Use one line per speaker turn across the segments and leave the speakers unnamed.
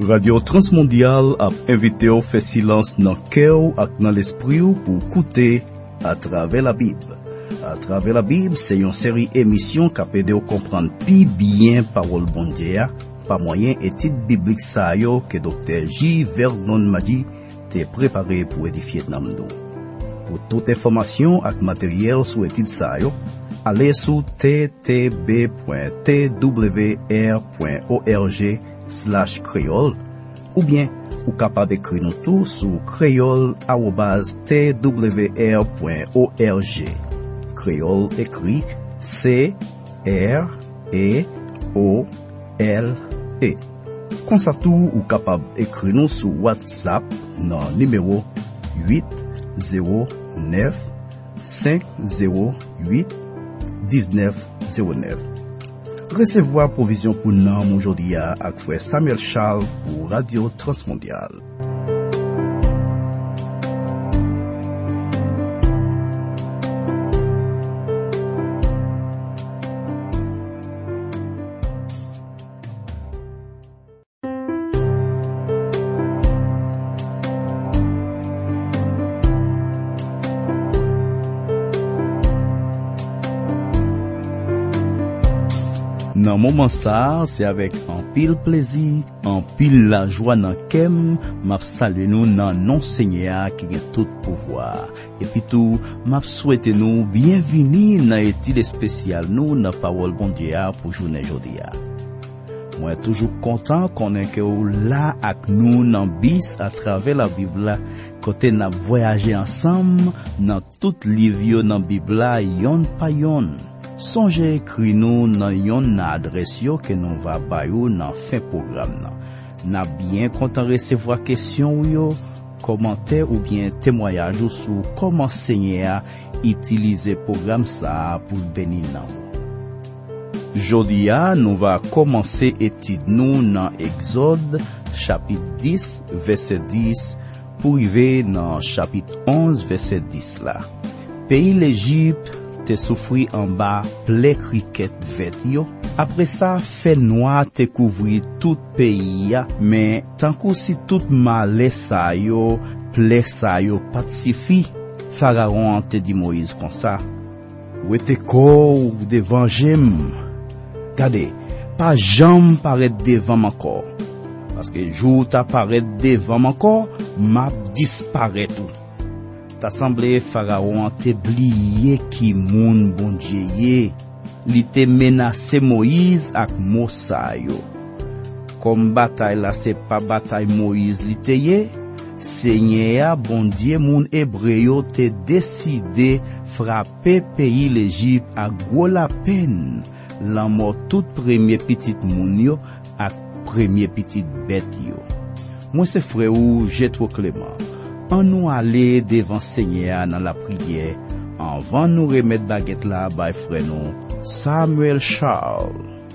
Radio Transmondial a invité au fait silence dans cœur et dans l'esprit pour écouter à travers la Bible. À travers la Bible, c'est une série émission qui aide à comprendre plus bien parole bon Dieu par moyen étude biblique ça yo que docteur J. Vernon Madi t'est préparé pour édifier dans nous. Pour toute information et matériel sur étude ça yo, allez sur ttb.twr.org/créole ou bien ou capable d'écrire nous tout sur creole@twr.org. Créole écrit C-R-E-O-L-E. Comme ça tout ou capable d'écrire nous sur WhatsApp dans numéro 809 508 1909. Recevoir provision pour nous aujourd'hui avec frère Samuel Charles pour Radio Transmondial. Dans moment ça, c'est avec un pile plaisir, un pile la joie dans kem, m'a salué nous dans non Seigneur qui a tout pouvoir. Et puis tout, m'a souhaité nous bienvenue dans étude spéciale nous dans parole bon Dieu pour journée aujourd'hui. Moi toujours content qu'on est que là avec nous dans bis à travers la Bible côté n'a voyager ensemble dans toute livre dans Bible yon pa yon. Songez écrit nous dans yon adresse yo que nous va bayou dans fin programme nan. N'a bien content recevoir question yo, commentaire ou bien témoignage sur comment Seigneur utiliser programme ça pour bénir nous. Aujourd'hui, nous va commencer étude nous dans Exode chapitre 10 verset 10 pour arriver dans chapitre 11 verset 10 là. Pays l'Égypte te souffri en bas ple cricket vet yo. Après ça, fait noir te couvri tout pays mais tant que si tout malé sa yo, ple sa yo pas suffi. Pharaon te dit Moïse comme ça. Ou te ko devant jem. Gade, pas jambe paraître devant mon corps. Parce que jour t'apparaît devant mon corps, m'a disparaît tout. T'assemblée Pharaon t'oublié qui moun bon Dieu li te menacé Moïse ak Moussa yo. Comme bataille là c'est pas bataille Moïse li te yé, Seigneur bon Dieu moun hébreu te décidé frapper pays l'Égypte à gros la peine, la mort toute premier petit moun yo ak premier petit bête yo. Moi c'est frère ou j'ai trop Clément. On nous aller devant Seigneur dans la prière, avant nous remettre baguette là, by frère nous, Samuel Charles.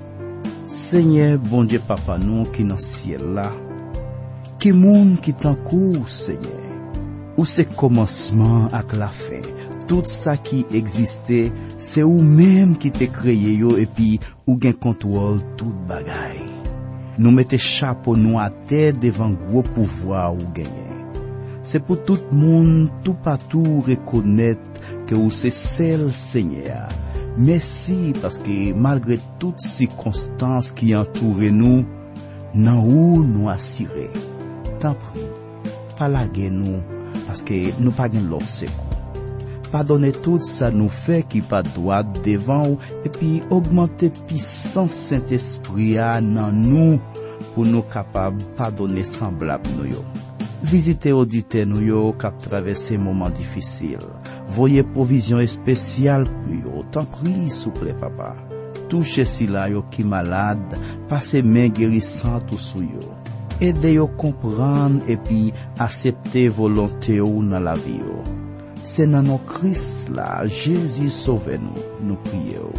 Seigneur, bon Dieu papa nous qui dans ciel là, qui monde qui t'en court, Seigneur, ou c'est commencement avec la fin, tout ça qui existait, c'est ou même qui t'es créé yo et puis ou gain contrôle tout bagaille. Nous mettez chapeau nous à terre devant gros pouvoir ou gagner. C'est pour tout le monde, tout partout, reconnaître que vous c'est seul Seigneur. Merci parce que malgré toutes circonstances qui entourent nous, nan ou nous assurer. Tant pis, pas laguer nous parce que nous pas gain l'autre secours. Pardonnez tout ça nous fait qui pas droit devant ou et puis augmenter puissance Saint-Esprit dans nous pour nous capables pardonner semblable nous yo. Visitez auditeurs nous yo qui traverser moments difficiles. Voyez provision spéciale pour yo. Tant prie s'il vous plaît papa. Touchez si la yo qui malade, passez main guérissante sous yo. Aidez yo comprendre et puis accepter volonté ou dans la vie yo. C'est dans nos Christ là, Jésus sauve nous prions.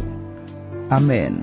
Amen.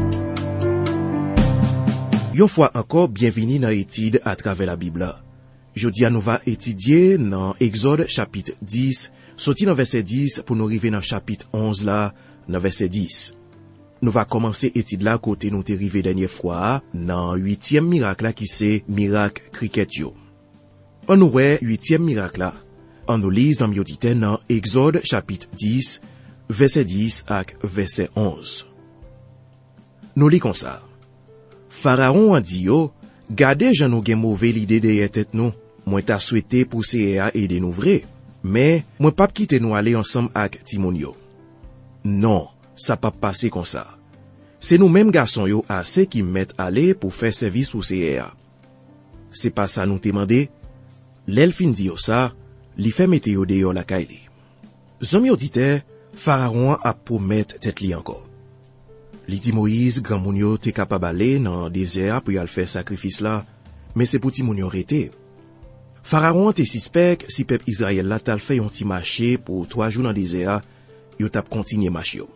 Yon fois encore, bienvenue dans l'étude à travers la Bible. Jodi nous va étudier dans Exode chapitre 10, sorti dans verset 10 pour nous arriver dans chapitre 11 là, dans verset 10. Nous va commencer étude là côté nous t'es arrivé dernière fois dans 8e miracle là qui c'est miracle cricket yo. On nous voit 8e miracle là. On nous lise dans miodité dans Exode chapitre 10, verset 10 ak verset 11. Nous lit comme ça. Pharaon a dit yo, gardez jan nou gen mauvais l'idée de tête nous. Moi t'a souhaité pousser à aider nous vrai, mais moi pas quitter nous aller ensemble avec Timon yo. Non, ça pas passer comme ça. C'est nous mêmes garçons yo assez qui mettent aller pour faire service pour CA. C'est pas ça nous demandé. L'el fin dit yo ça, li fait mettre yo dehors la kaili. Zom yo dite, Pharaon a promettre tête li encore. Li dit Moïse, grand moun yo te capable aller dans désert pour y aller faire sacrifice là, mais c'est pour ti moun yo rete. Pharaon te suspect si peuple Israël la tal fait un petit marché pour 3 jours dans désert, yo tap continuer marché yo.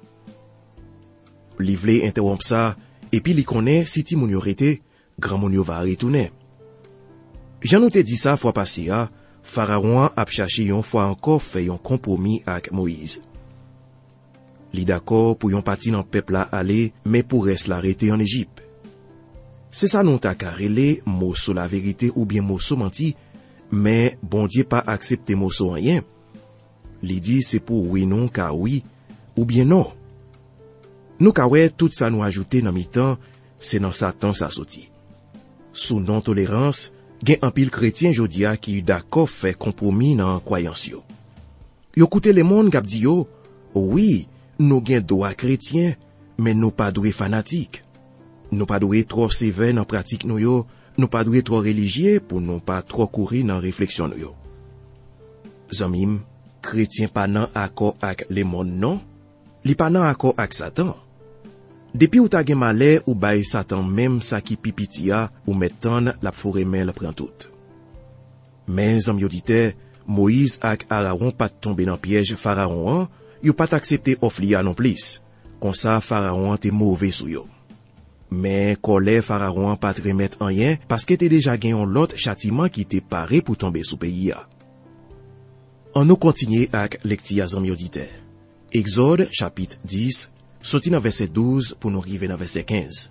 Li vle interrompre ça et puis li connaît si ti moun yo rete, grand moun yo va retourner. Jan nou te dit ça fois passé a, Pharaon a cherché yon fois encore fait un compromis avec Moïse. Li d'accord pour yon parti dans peuple la aller, mais pour reste l'arrêter en Égypte. C'est ça non ta karele, mot sur la vérité ou bien mot sur menti, mais bon Dieu pas accepter mot sur rien. Li dit c'est pour oui non ka oui, ou bien non. Nous ka ouais tout ça nous ajouter dans mi-temps, c'est dans Satan ça sorti. Sous non-tolérance, gen un pile chrétien jodia qui d'accord fait compromis dans croyance yo. Yo koute le monde k'ap di yo, oui, nous gen droit chrétien, mais nous pas doué fanatique. Nous pas doué trop sévère dans pratique nous yo, nous pas doué trop religieux pour nous pas trop courir dans réflexion nous yo. Zamim, chrétien pas nan accord avec le monde non, li pas nan accord avec Satan. Depuis ou ta gen malè ou bay Satan même ça qui pipitia ou mettan la forêt men la prend tout. Mais zam yo dite, Moïse ak Aaron pas tomber dans piège Pharaon, yo pas accepter offre li non plus. Comme ça Pharaon te mauvais sou yo. Mais colère Pharaon pas remettre en rien parce que te déjà gen l'autre châtiment qui te paré pour tomber sous pays a. On nous continue avec lecture zam yo dite. Exode chapitre 10 sorti dans verset 12 pour nous arriver dans verset 15.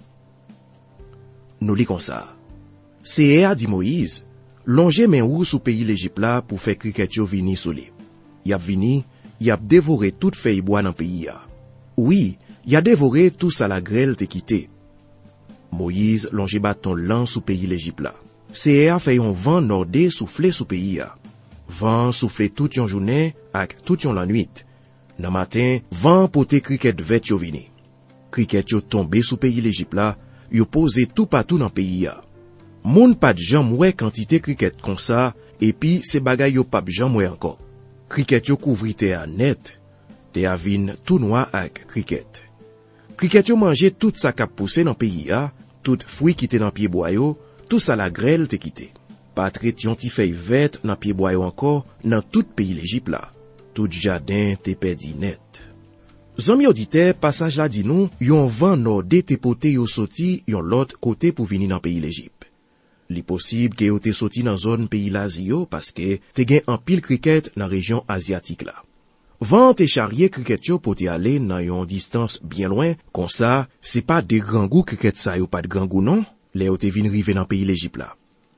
Nous lit comme ça. C'est a dit Moïse, longez men ou sous pays l'Égypte là pour faire cricket yo vini sous li. Y a vini, y a dévoré toute feuille bois dans pays a. Oui, y a dévoré tout ça la grêle te quitté. Moïse longé bâton lent sous pays l'Égypte là. C'est a fait un vent nordé souffler sous pays a. Vent souffler toute yon journée ak toute yon la nuit. Nan matin, vent pote cricket vet yo vini. Cricket yo tombé sous pays l'Égypte là, yo posé tout partout dans pays a. Moun pas jam wè quantité cricket comme ça, et puis ces bagay yo pas jam wè encore. Cricket yo couvri te a net, te a vin tout noir ak cricket. Cricket yo mangé tout ça k'ap poussé dans pays a, tout fruit qui te dans pied bois yo, tout ça la grêle te quitté. Pas tret yon ti feuille verte dans pied bois yo encore, dans tout pays l'Égypte là. Tout jardin te perdi net. Zom yo dite, passage la di nou, yon vent nordé te pote yo soti yon lot côté pour venir dans pays l'Égypte. Li possible que yo te soti dans zone pays l'Asie yo parce que te gen en pile cricket dans région asiatique là. Vent te charrier cricket yo pour te aller dans yon distance bien loin, comme ça, c'est pas de grand goût cricket ça yo pas de grand goût non, les yo te vin rive dans pays l'Égypte là.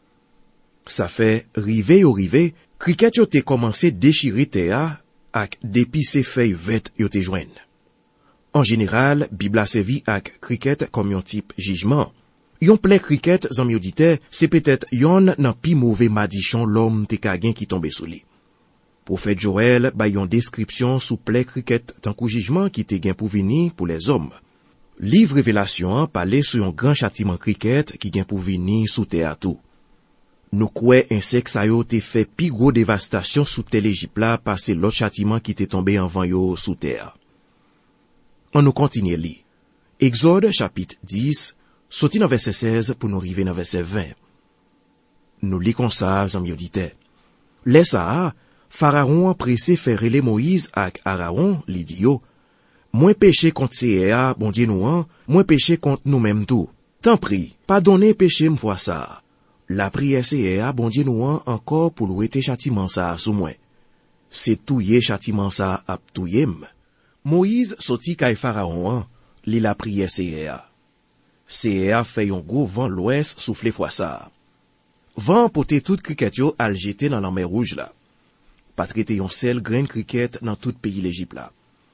Ça fait rive, cricket yo te commencé déchirer te a ak depi se feuille verte yo te joine. En général, Bible a servi ak cricket comme yon type jugement. Yon plaie cricket, zan yo dite, c'est peut-être yon nan pi mauvais madichon l'homme te kagen qui tombe sous li. Prophète Joël ba yon description sous plaie cricket tankou jugement qui te gen pour vini pour les hommes. Livre Révélation parle sur yon grand châtiment cricket qui gen pour vini sous terre tout. Nous kwe insectes sa yo te fait pi gros dévastation sous terre l'Égypte là parce l'autre châtiment qui te tombé en vent yo sous terre. On nous continue li. Exode chapitre 10, sorti dans verset 16 pour nous arriver dans verset 20. Nous lit comme ça, zam yo dite. Les ça, Pharaon pressé faire relé Moïse ak Aaron, li di yo, moins péché contre CA, bon Dieu nous moins péché contre nous-mêmes tout. Tant pris, pardonnez péché m'voit ça. La prière c'est bon Dieu nous encore pour louer châtiment ça sous moi. C'est touyer châtiment ça ap touyem. Moïse sorti kay Pharaon, li la prière c'est fait un gros vent l'ouest souffler fois ça. Vent pote tout cricket yo al jeter dans la mer rouge là. Pas traiter yon seul grain cricket dans tout pays l'Égypte là.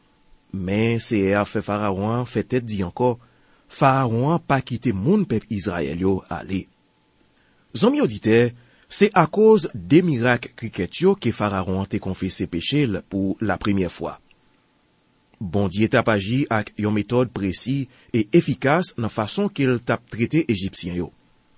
Mais c'est fait Pharaon fait tête dit encore, Pharaon pas quitter moun peuple Israël yo aller. Zomi auditeur, c'est à cause des miracles cricket yo que Pharaon te confessé péché pour la première fois. Bon Dieu t'a agi avec une méthode précise et efficace dans façon qu'il t'a traité égyptien yo.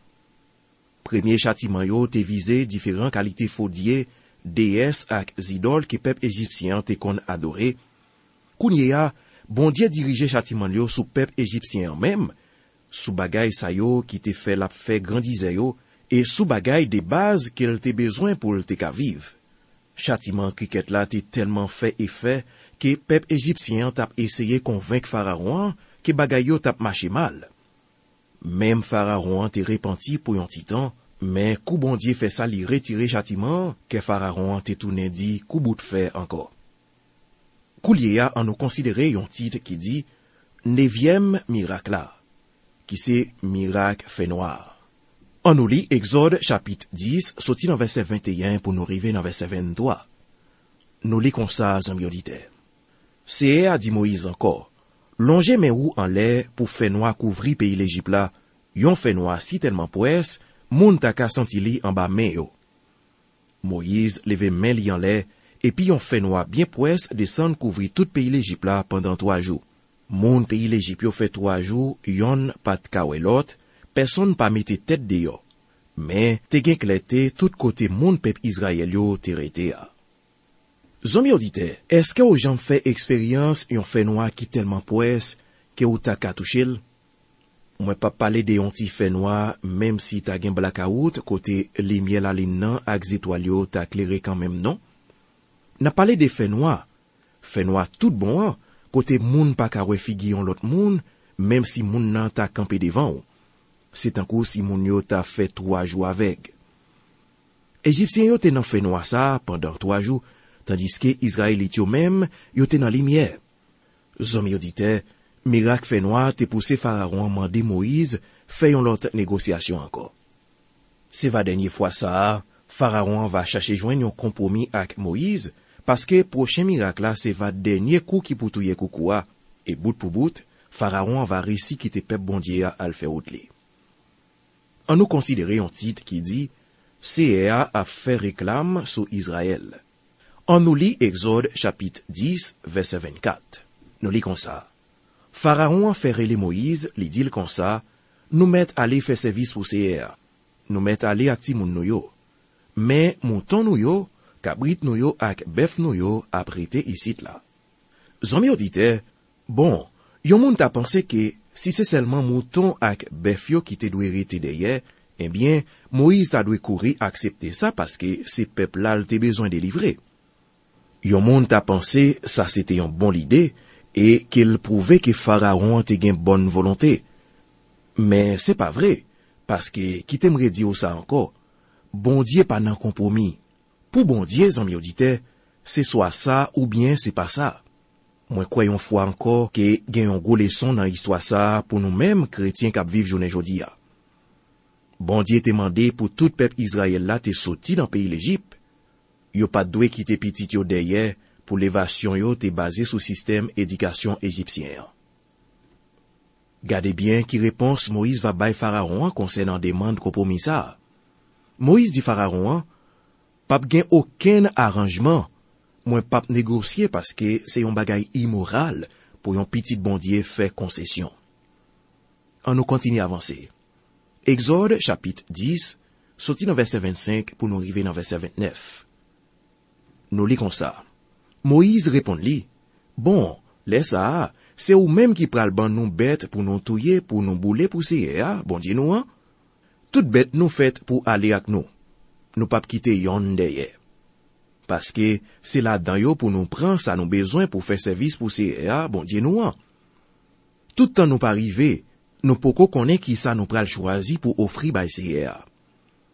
Premier châtiment yo te visé différentes qualités faudier, déesses ak idoles que peuple égyptien te kon adoré. Kounya, bon Dieu dirige châtiment yo sous peuple égyptien même, sous bagay sa yo qui te fait la fait grandiser yo et sous bagay des bases qu'il te besoin pour te ka vivre. Châtiment cricket là te tellement fait effet que peuple égyptien t'a essayé convaincre Pharaon que bagay yo t'a marché mal. Même Pharaon te repenti pour un titan, mais kou bon Dieu fait ça li retirer châtiment que Pharaon te tourné dit kou bout de fait encore. Kouliya en nous considérer un titre qui dit 9e miracle là, qui c'est miracle fait noir. On nous lit Exode chapitre 10, sorti dans verset 21 pour nous arriver dans verset 23. Nous lit comme ça, amis auditeurs. C'est a dit Moïse encore, longez mes roues en l'air pour faire noir couvrir pays l'Égypte là, yon fait noir si tellement poès, moun ta ka senti li en bas main yo. Moïse leve main li en l'air, et puis yon fait noir bien poès descend couvrir tout pays l'Égypte là pendant 3 jours. Moun pays l'Égypte yo fait 3 jours, yon pas de kawe l'autre, personne pas mette tête de yo. Mais te gen klete tout côté moun peuple Israël yo te rete a. Zomi auditeur, est-ce que aux gens fait expérience yon fait noir qui tellement poès que ou ta ka touchel? Moi pas parler de yon ti fait noir même si ta gen blackout côté lumière la lin nan ak étoile yo ta éclairé quand même non? N'a parlé de fait noir tout bon côté moun pa ka wè figi yon l'autre moun même si moun nan ta campé devant ou. C'est un coup si moun yo ta fait 3 jours avec. Égyptiens yo te nan fait noir ça pendant 3 jours. Tandis que Israélite yo même, yo te nan lumière. Zomi auditeur, miracle fait noir te poussé Pharaon mandé Moïse, fait yon l'autre négociation encore. C'est va dernière fois ça, Pharaon va chercher joindre un compromis avec Moïse, parce que prochain miracle là, c'est va dernier coup qui pou touye koukoua, et bout pour bout, Pharaon va réussir quitter peuple bon Dieu à le faire outler. On nous considérer un titre qui dit, CA a fait réclame sur Israël. On nous lit Exode chapitre 10, verset 24. Nous lit comme ça. Pharaon a fait relé Moïse, li dit comme ça, nous met aller faire service pour CA. Nous met aller ak ti moun nou yo. Mais mouton nou yo, kabrit nou yo ak bœuf nou yo a prêté ici là. Zomi auditeur, bon, yon moun ta pensé que si c'est seulement mouton ak bœuf yo qui te doit rete derrière, eh bien, Moïse ta doit courir accepter ça parce que c'est peuple là te besoin de livrer. Yon moun ta pensé ça c'était une bonne idée et qu'il prouvait que Pharaon te gen bonne volonté. Mais c'est pas vrai parce que qui t'aimerait dire ça encore. Bon Dieu pas nan compromis. Pour bon Dieu, amis auditeurs, c'est soit ça ou bien c'est pas ça. Moi croyons fois encore que gen yon gros leçon dans histoire ça pour nous-mêmes chrétiens qui vivent journée jodi a. Bon Dieu te mandé pour tout peuple Israël là te sorti dans pays l'Égypte. Yo pas doué quitter petit yo derrière pour l'évasion yo te basé sur système éducation égyptien. Gardez bien qui réponse Moïse va bay Pharaon concernant demande compromis ça. Moïse dit Pharaon, pas gen aucun arrangement, moi pas négocier parce que c'est un bagay immoral pour un petit bon Dieu faire concession. On nous continue à avancer. Exode chapitre 10, sorti dans verset 25 pour nous arriver dans verset 29. Nous lit comme ça. Moïse répond li, bon, laisse ça, c'est ou même qui pral ban nous bête pour nous touyer, pour nous bouler pour sier, bon Dieu nous hein? Toute bête nous fait pour aller avec nous. Nous pas quitter yon derrière. Parce que c'est là-dedans yo pour nous prendre ça nous besoin pour faire service pour sier, bon Dieu nous hein? Tout temps nous pas arriver, nous poko connaît qui ça nous pral choisi pour offrir bay sier.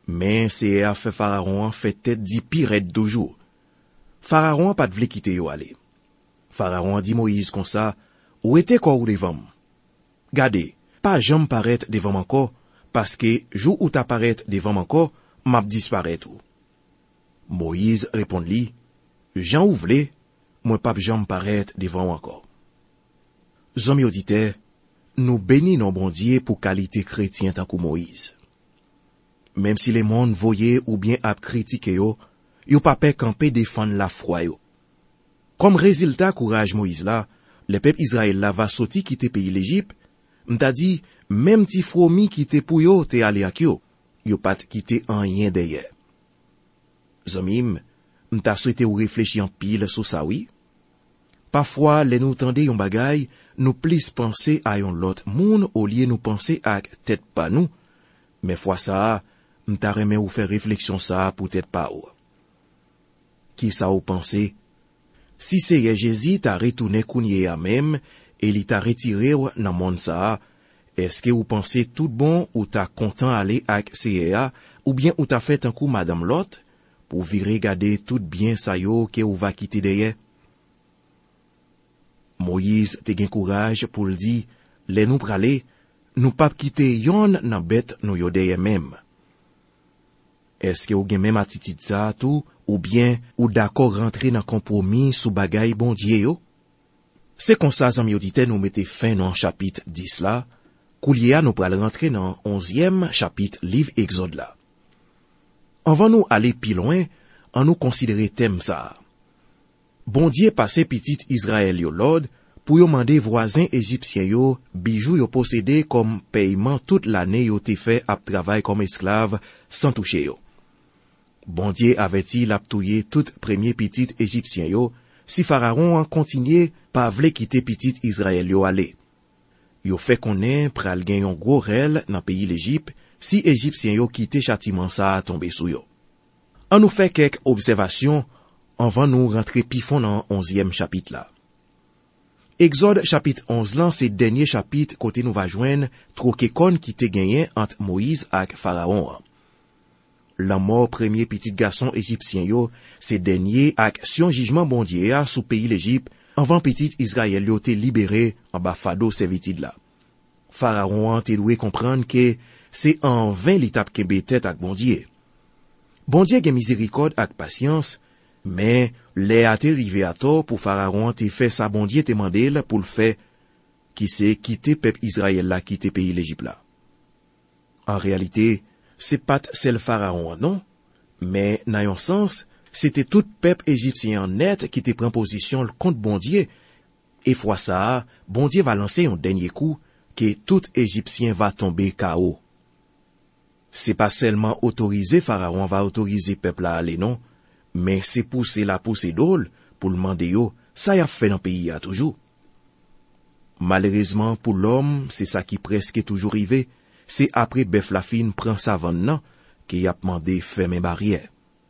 Men c'est a fait Pharaon fait tête di pire toujours. Pharaon pas de vle quitter yo aller. Pharaon dit Moïse comme ça, ou était quoi ou devant? Gade, pas jamais paraître devant encore, parce que jour où t'apparaître devant encore, m'a disparaître ou. Moïse répond li, Jean ou vle, moi pas jamais paraître devant encore. Zami auditeur, nous bénis nos bon Dieu pour qualité chrétien tant que Moïse. Même si les monde voyait ou bien a critiqué yo pas peur camper défendre la foi yo. Comme résultat courage Moïse là, le peuple Israël là va sorti quitter pays l'Égypte, m'ta dit même ti fourmi qui te pour yo te aller ak yo pas quitter en rien derrière. Zomim, m'ta souhaité ou réfléchir en pile sur ça oui. Parfois, les nous tendez yon bagay, nous plus penser à yon l'autre moun au lieu nous penser à tête pas nous. Mais fois ça, m'ta remet ou faire réflexion ça pour tête pas ou. Qui ça ou pensé? Si c'est Jésus t'a retourné kounye à même, et il t'a retiré dans monde ça, est-ce que vous pensez tout bon ou t'a content aller avec CEA, ou bien ou t'a fait un coup Madame Lot, pour virer garder tout bien ça yo que ou va quitter derrière? Moïse te gen courage pour le dire, les nous pralé, nous pas quitter yon nan bête nous yo derrière même. Est-ce que ou gen même attitude ça tout, ou bien ou d'accord rentrer dans compromis sous bagay bon Dieu yo? C'est comme ça, zami auditeur, nous mettez fin dans chapitre 10 là, kouliya nous pral rentrer dans 11e chapitre livre Exode là. Avant nous aller plus loin, on nous considérer thème ça. Bon Dieu passé petit Israël yo l'ordre pour yo mande voisins égyptiens yo bijoux yo possédé comme paiement toute l'année yo te fait à travail comme esclave sans toucher yo. Bon Dieu avait-il aptouillé tout premier petit égyptien yo si Pharaon en continuer pas vle quitter petit Israël yo aller. Yo fait connaît pral gen yon gros rel dans pays l'Égypte si égyptien yo quitter châtiment ça tomber sou yo. On nous fait quelques observations avant nous rentrer pifon dans 11e chapitre là. Exode chapitre 11 là, c'est dernier chapitre côté nous va joindre troqué kon qui te gagné entre Moïse ak Pharaon. La mort premier petit garçon égyptien yo, c'est dernier action jugement bon Dieu sous pays l'Égypte avant petit Israël yo te libéré en bas fado servitude là. Pharaon te doué comprendre que c'est en vain l'étape kembe tête ak bon Dieu. Bon Dieu gen miséricorde ak patience, mais les a te rivé à tort pour Pharaon te fait sa bon Dieu te mandel pour le fait qui c'est quitter peuple Israël là quitter pays l'Égypte là. En réalité, c'est pas seul Pharaon non, mais dans un sens, c'était tout peuple égyptien net qui te prend position contre bon Dieu. Et fois ça, bon Dieu va lancer un dernier coup que tout égyptien va tomber KO. C'est pas seulement autorisé Pharaon va autoriser peuple à aller non, mais c'est pousser d'ol pour le demander yo, ça y a fait dans le pays à toujours. Malheureusement pour l'homme, c'est ça qui presque toujours arrivé, c'est après bœuf la fine prend sa vanne nan, qui a demandé fermer barrière.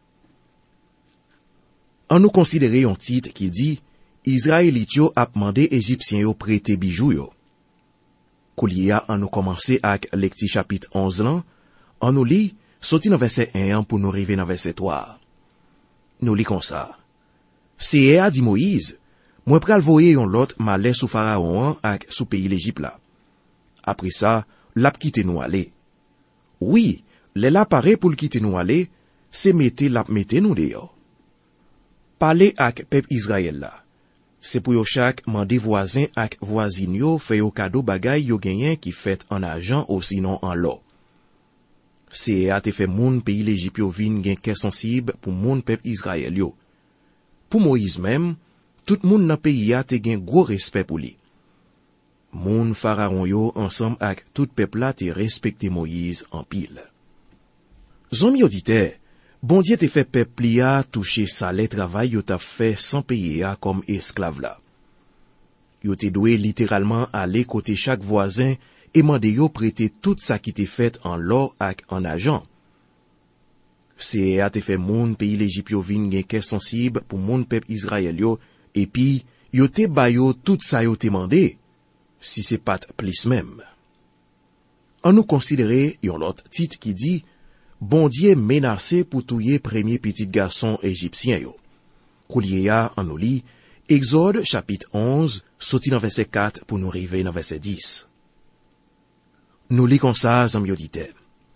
On nous considérer un titre qui dit, Israélite yo a demandé Égyptien yo prêter bijoux yo. Kouliya on nous commencer avec lecti chapitre 11 lan, on nous lit, sorti dans verset 1 pour nous arriver dans verset 3. Nous lit comme ça. C'est a dit Moïse, moi pral voyer yon lot malais sous Pharaon ak sous pays l'Égypte là. Après ça, l'ap quitte nous aller. Oui, les la paré pour le quitter nous aller, c'est l'ap mette nous dehors. Parler ak peuple Israël là. C'est pour yo chaque mandé voisin ak voisine yo fait yo cadeau bagay yo genyen qui fait en argent ou sinon en l'or. C'est a te fait moun pays l'Égypte yo vin gen kè sensible pour moun peuple Israël yo. Pour Moïse même, tout moun nan pays a te gen gros respect pour li. Moun Pharaon yo ensemble ak tout peuple la te respecté Moïse en pile. Zami auditeur, bon Dieu te fait peuple a toucher salaire travail yo t'a fait sans payer a comme esclave là. Yo te doué littéralement aller côté chaque voisin et mande yo prêter tout ça qui te fait en l'or ak en argent. C'est a te fait moun pays l'Égypte yo vin gen kè sensible pour moun peuple Israël yo et puis yo te bayo tout ça yo te mandé. Si c'est pas plus même. On nous considérer yon l'autre titre qui dit bon Dieu menacé pour tuer premier petit garçon égyptien yo. Koulier a en nous lit Exode chapitre 11, sorti dans verset 4 pour nous arriver dans verset 10. Nous lit comme ça, zam yo dite.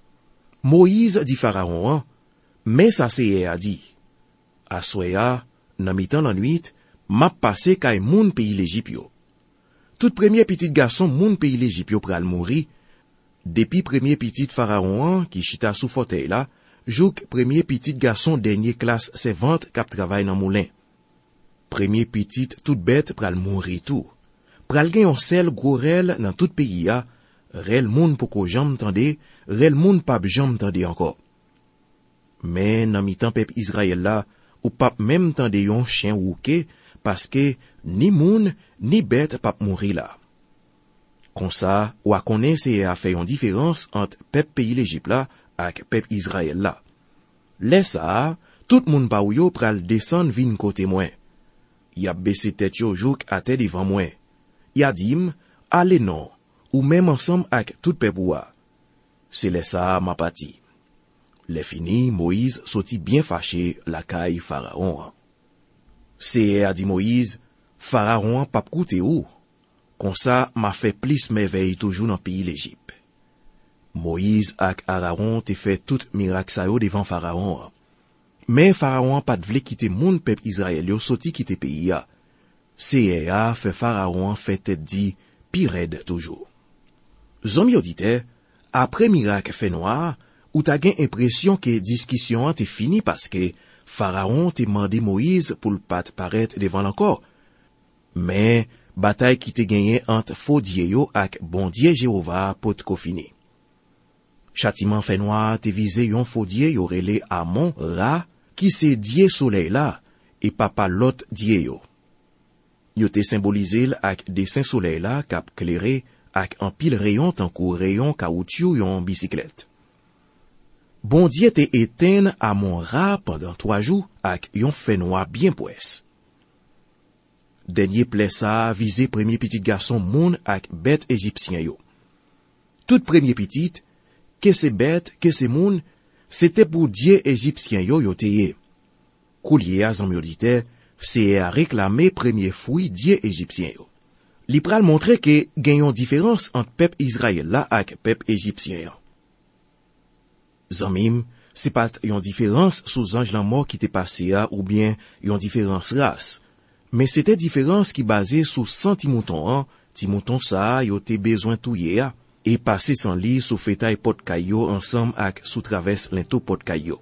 Moïse dit Pharaon, mais ça c'est a dit. Assoya, nan mitan la nuit, m'a passé kay moun pays l'Égypte yo. Tout premier petit garçon moun pays l'Égypte yo pral mouri. Depuis premier petit Pharaon qui chita sous fauteuil là, jouk premier petit garçon dernier classe servante k'ap travail dans moulin. Premier petit tout bête pral mouri tout. Pral gen yon sel gros rel dans tout pays a, rel moun poko jam tande, rel moun pap jam tande encore. Mais nan mitan peuple Israël là, ou pap même tande yon chien wouke, parce que ni moun ni bête pap mouri là. Comme ça, ou a konnen c'est a fait une différence entre peuple pays l'Égypte là ak peuple Israël là. Laisse ça, tout moun pa ou yo pral descend vin côté moi. Y a baissé tête yo jouk à tête devant moi. Y a dim, allez non, ou même ensemble ak tout peuple oua. C'est laisse ça m'a pati. Le fini, Moïse sorti bien fâché la caille Pharaon. C'est a dit Moïse, Pharaon pa koute ou. Comme ça, m'a fait plus merveille toujours dans le pays l'Égypte. Moïse ak Aaron te fait tout miracle sa yo devant Pharaon. Mais Pharaon pas de vle quitter moun peuple Israël yo sorti quitter pays a. C'est a fait Pharaon fait tête dit pirède toujours. Zom yo dite, après miracle fait noir, ou ta gen impression que discussion a te fini parce que Pharaon te mandé Moïse pour le pas paraître devant l'encore. Mais bataille qui te gagné entre faux dieu yo ak bon Dieu Jéhovah pour te fini. Châtiment fait noir te visé yon faux dieu yo relé Amon Ra qui c'est dieu soleil là et papa l'autre dieu yo. Yo te symbolisé ak dessin soleil là k'ap clairé ak en pile rayon tant kou rayon caoutchouc yon bicyclette. Bon Dieu te éteint Amon Ra pendant 3 jours ak yon fait noir bien poès. Dernier plaie ça visé premier petit garçon moun ak bête égyptien yo. Tout premier petit, que c'est bête, que c'est moun, c'était pour Dieu égyptien yo teye. Koulier a zanm yo dite, c'est à réclamer premier fruit Dieu égyptien yo. Li pral montre que gen yon différence entre peuple Israël là ak peuple égyptien yo. Zanmim, c'est pas yon différence sous ange la mort qui te passé a ou bien yon différence race. Mais c'était différence qui basée sous 100 timouton timouton ça yo te besoin touyer a, et passer sans lit sous fétail pot kayo ensemble ak sous traverse linto pot kayo.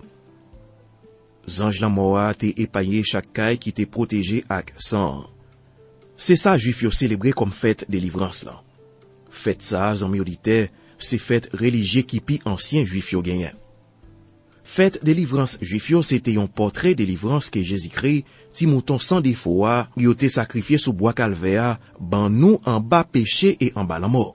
Zange la moa te épaillé chaque caille qui te protégé ak sang. C'est ça juif yo célébré comme fête délivrance là. Fête ça, zanmi yo dite, c'est fête religieux qui pi ancien juif yo genyen. Fête délivrance juif yo c'était un portrait délivrance que Jésus-Christ ti mouton sans défaut yo te sacrifié sous bois calvaire ban nous en bas péché et en bas la mort.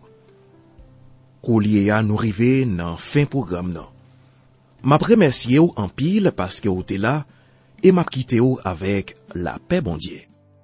Koulier a nous rive nan fin programme nan. M'a remercié ou en pile parce que ou te là et m'a quitté ou avec la paix bon Dieu.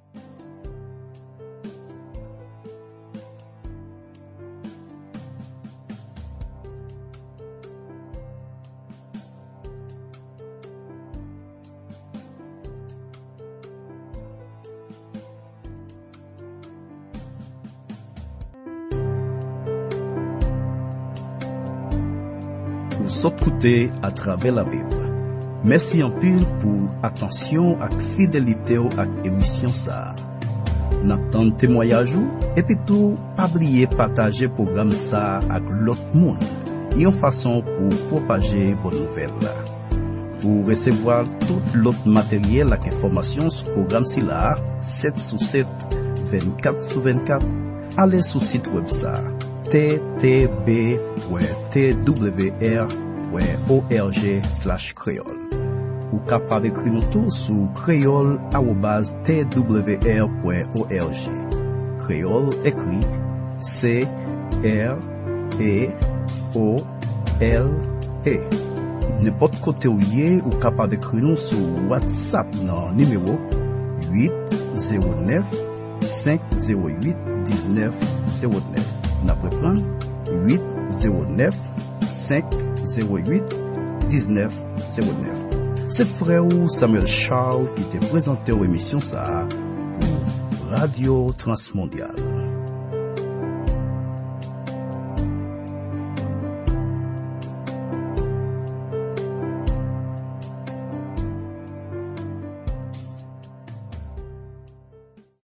S'écouter à travers la Bible. Merci en pile pour attention et fidélité à émission ça. N'attend témoignage et puis tout pas oublier partager programme ça avec l'autre monde. Une façon pour propager bonne nouvelle. Pour recevoir tout l'autre matériel et information sur programme si là 7 sur 7 24 sur 24 allez sur site web ça ttb.twr.org/creole ou capable écrire nous tout sur creole@twr.org. Creole écrit C-R-E-O-L-E. N'importe côté où y est ou capable écrire nous sur WhatsApp dans numéro 809 508 1909. N'après prendre 809 508 1909. C'est frère Samuel Charles qui te présenté aux émissions ça pour Radio Transmondiale.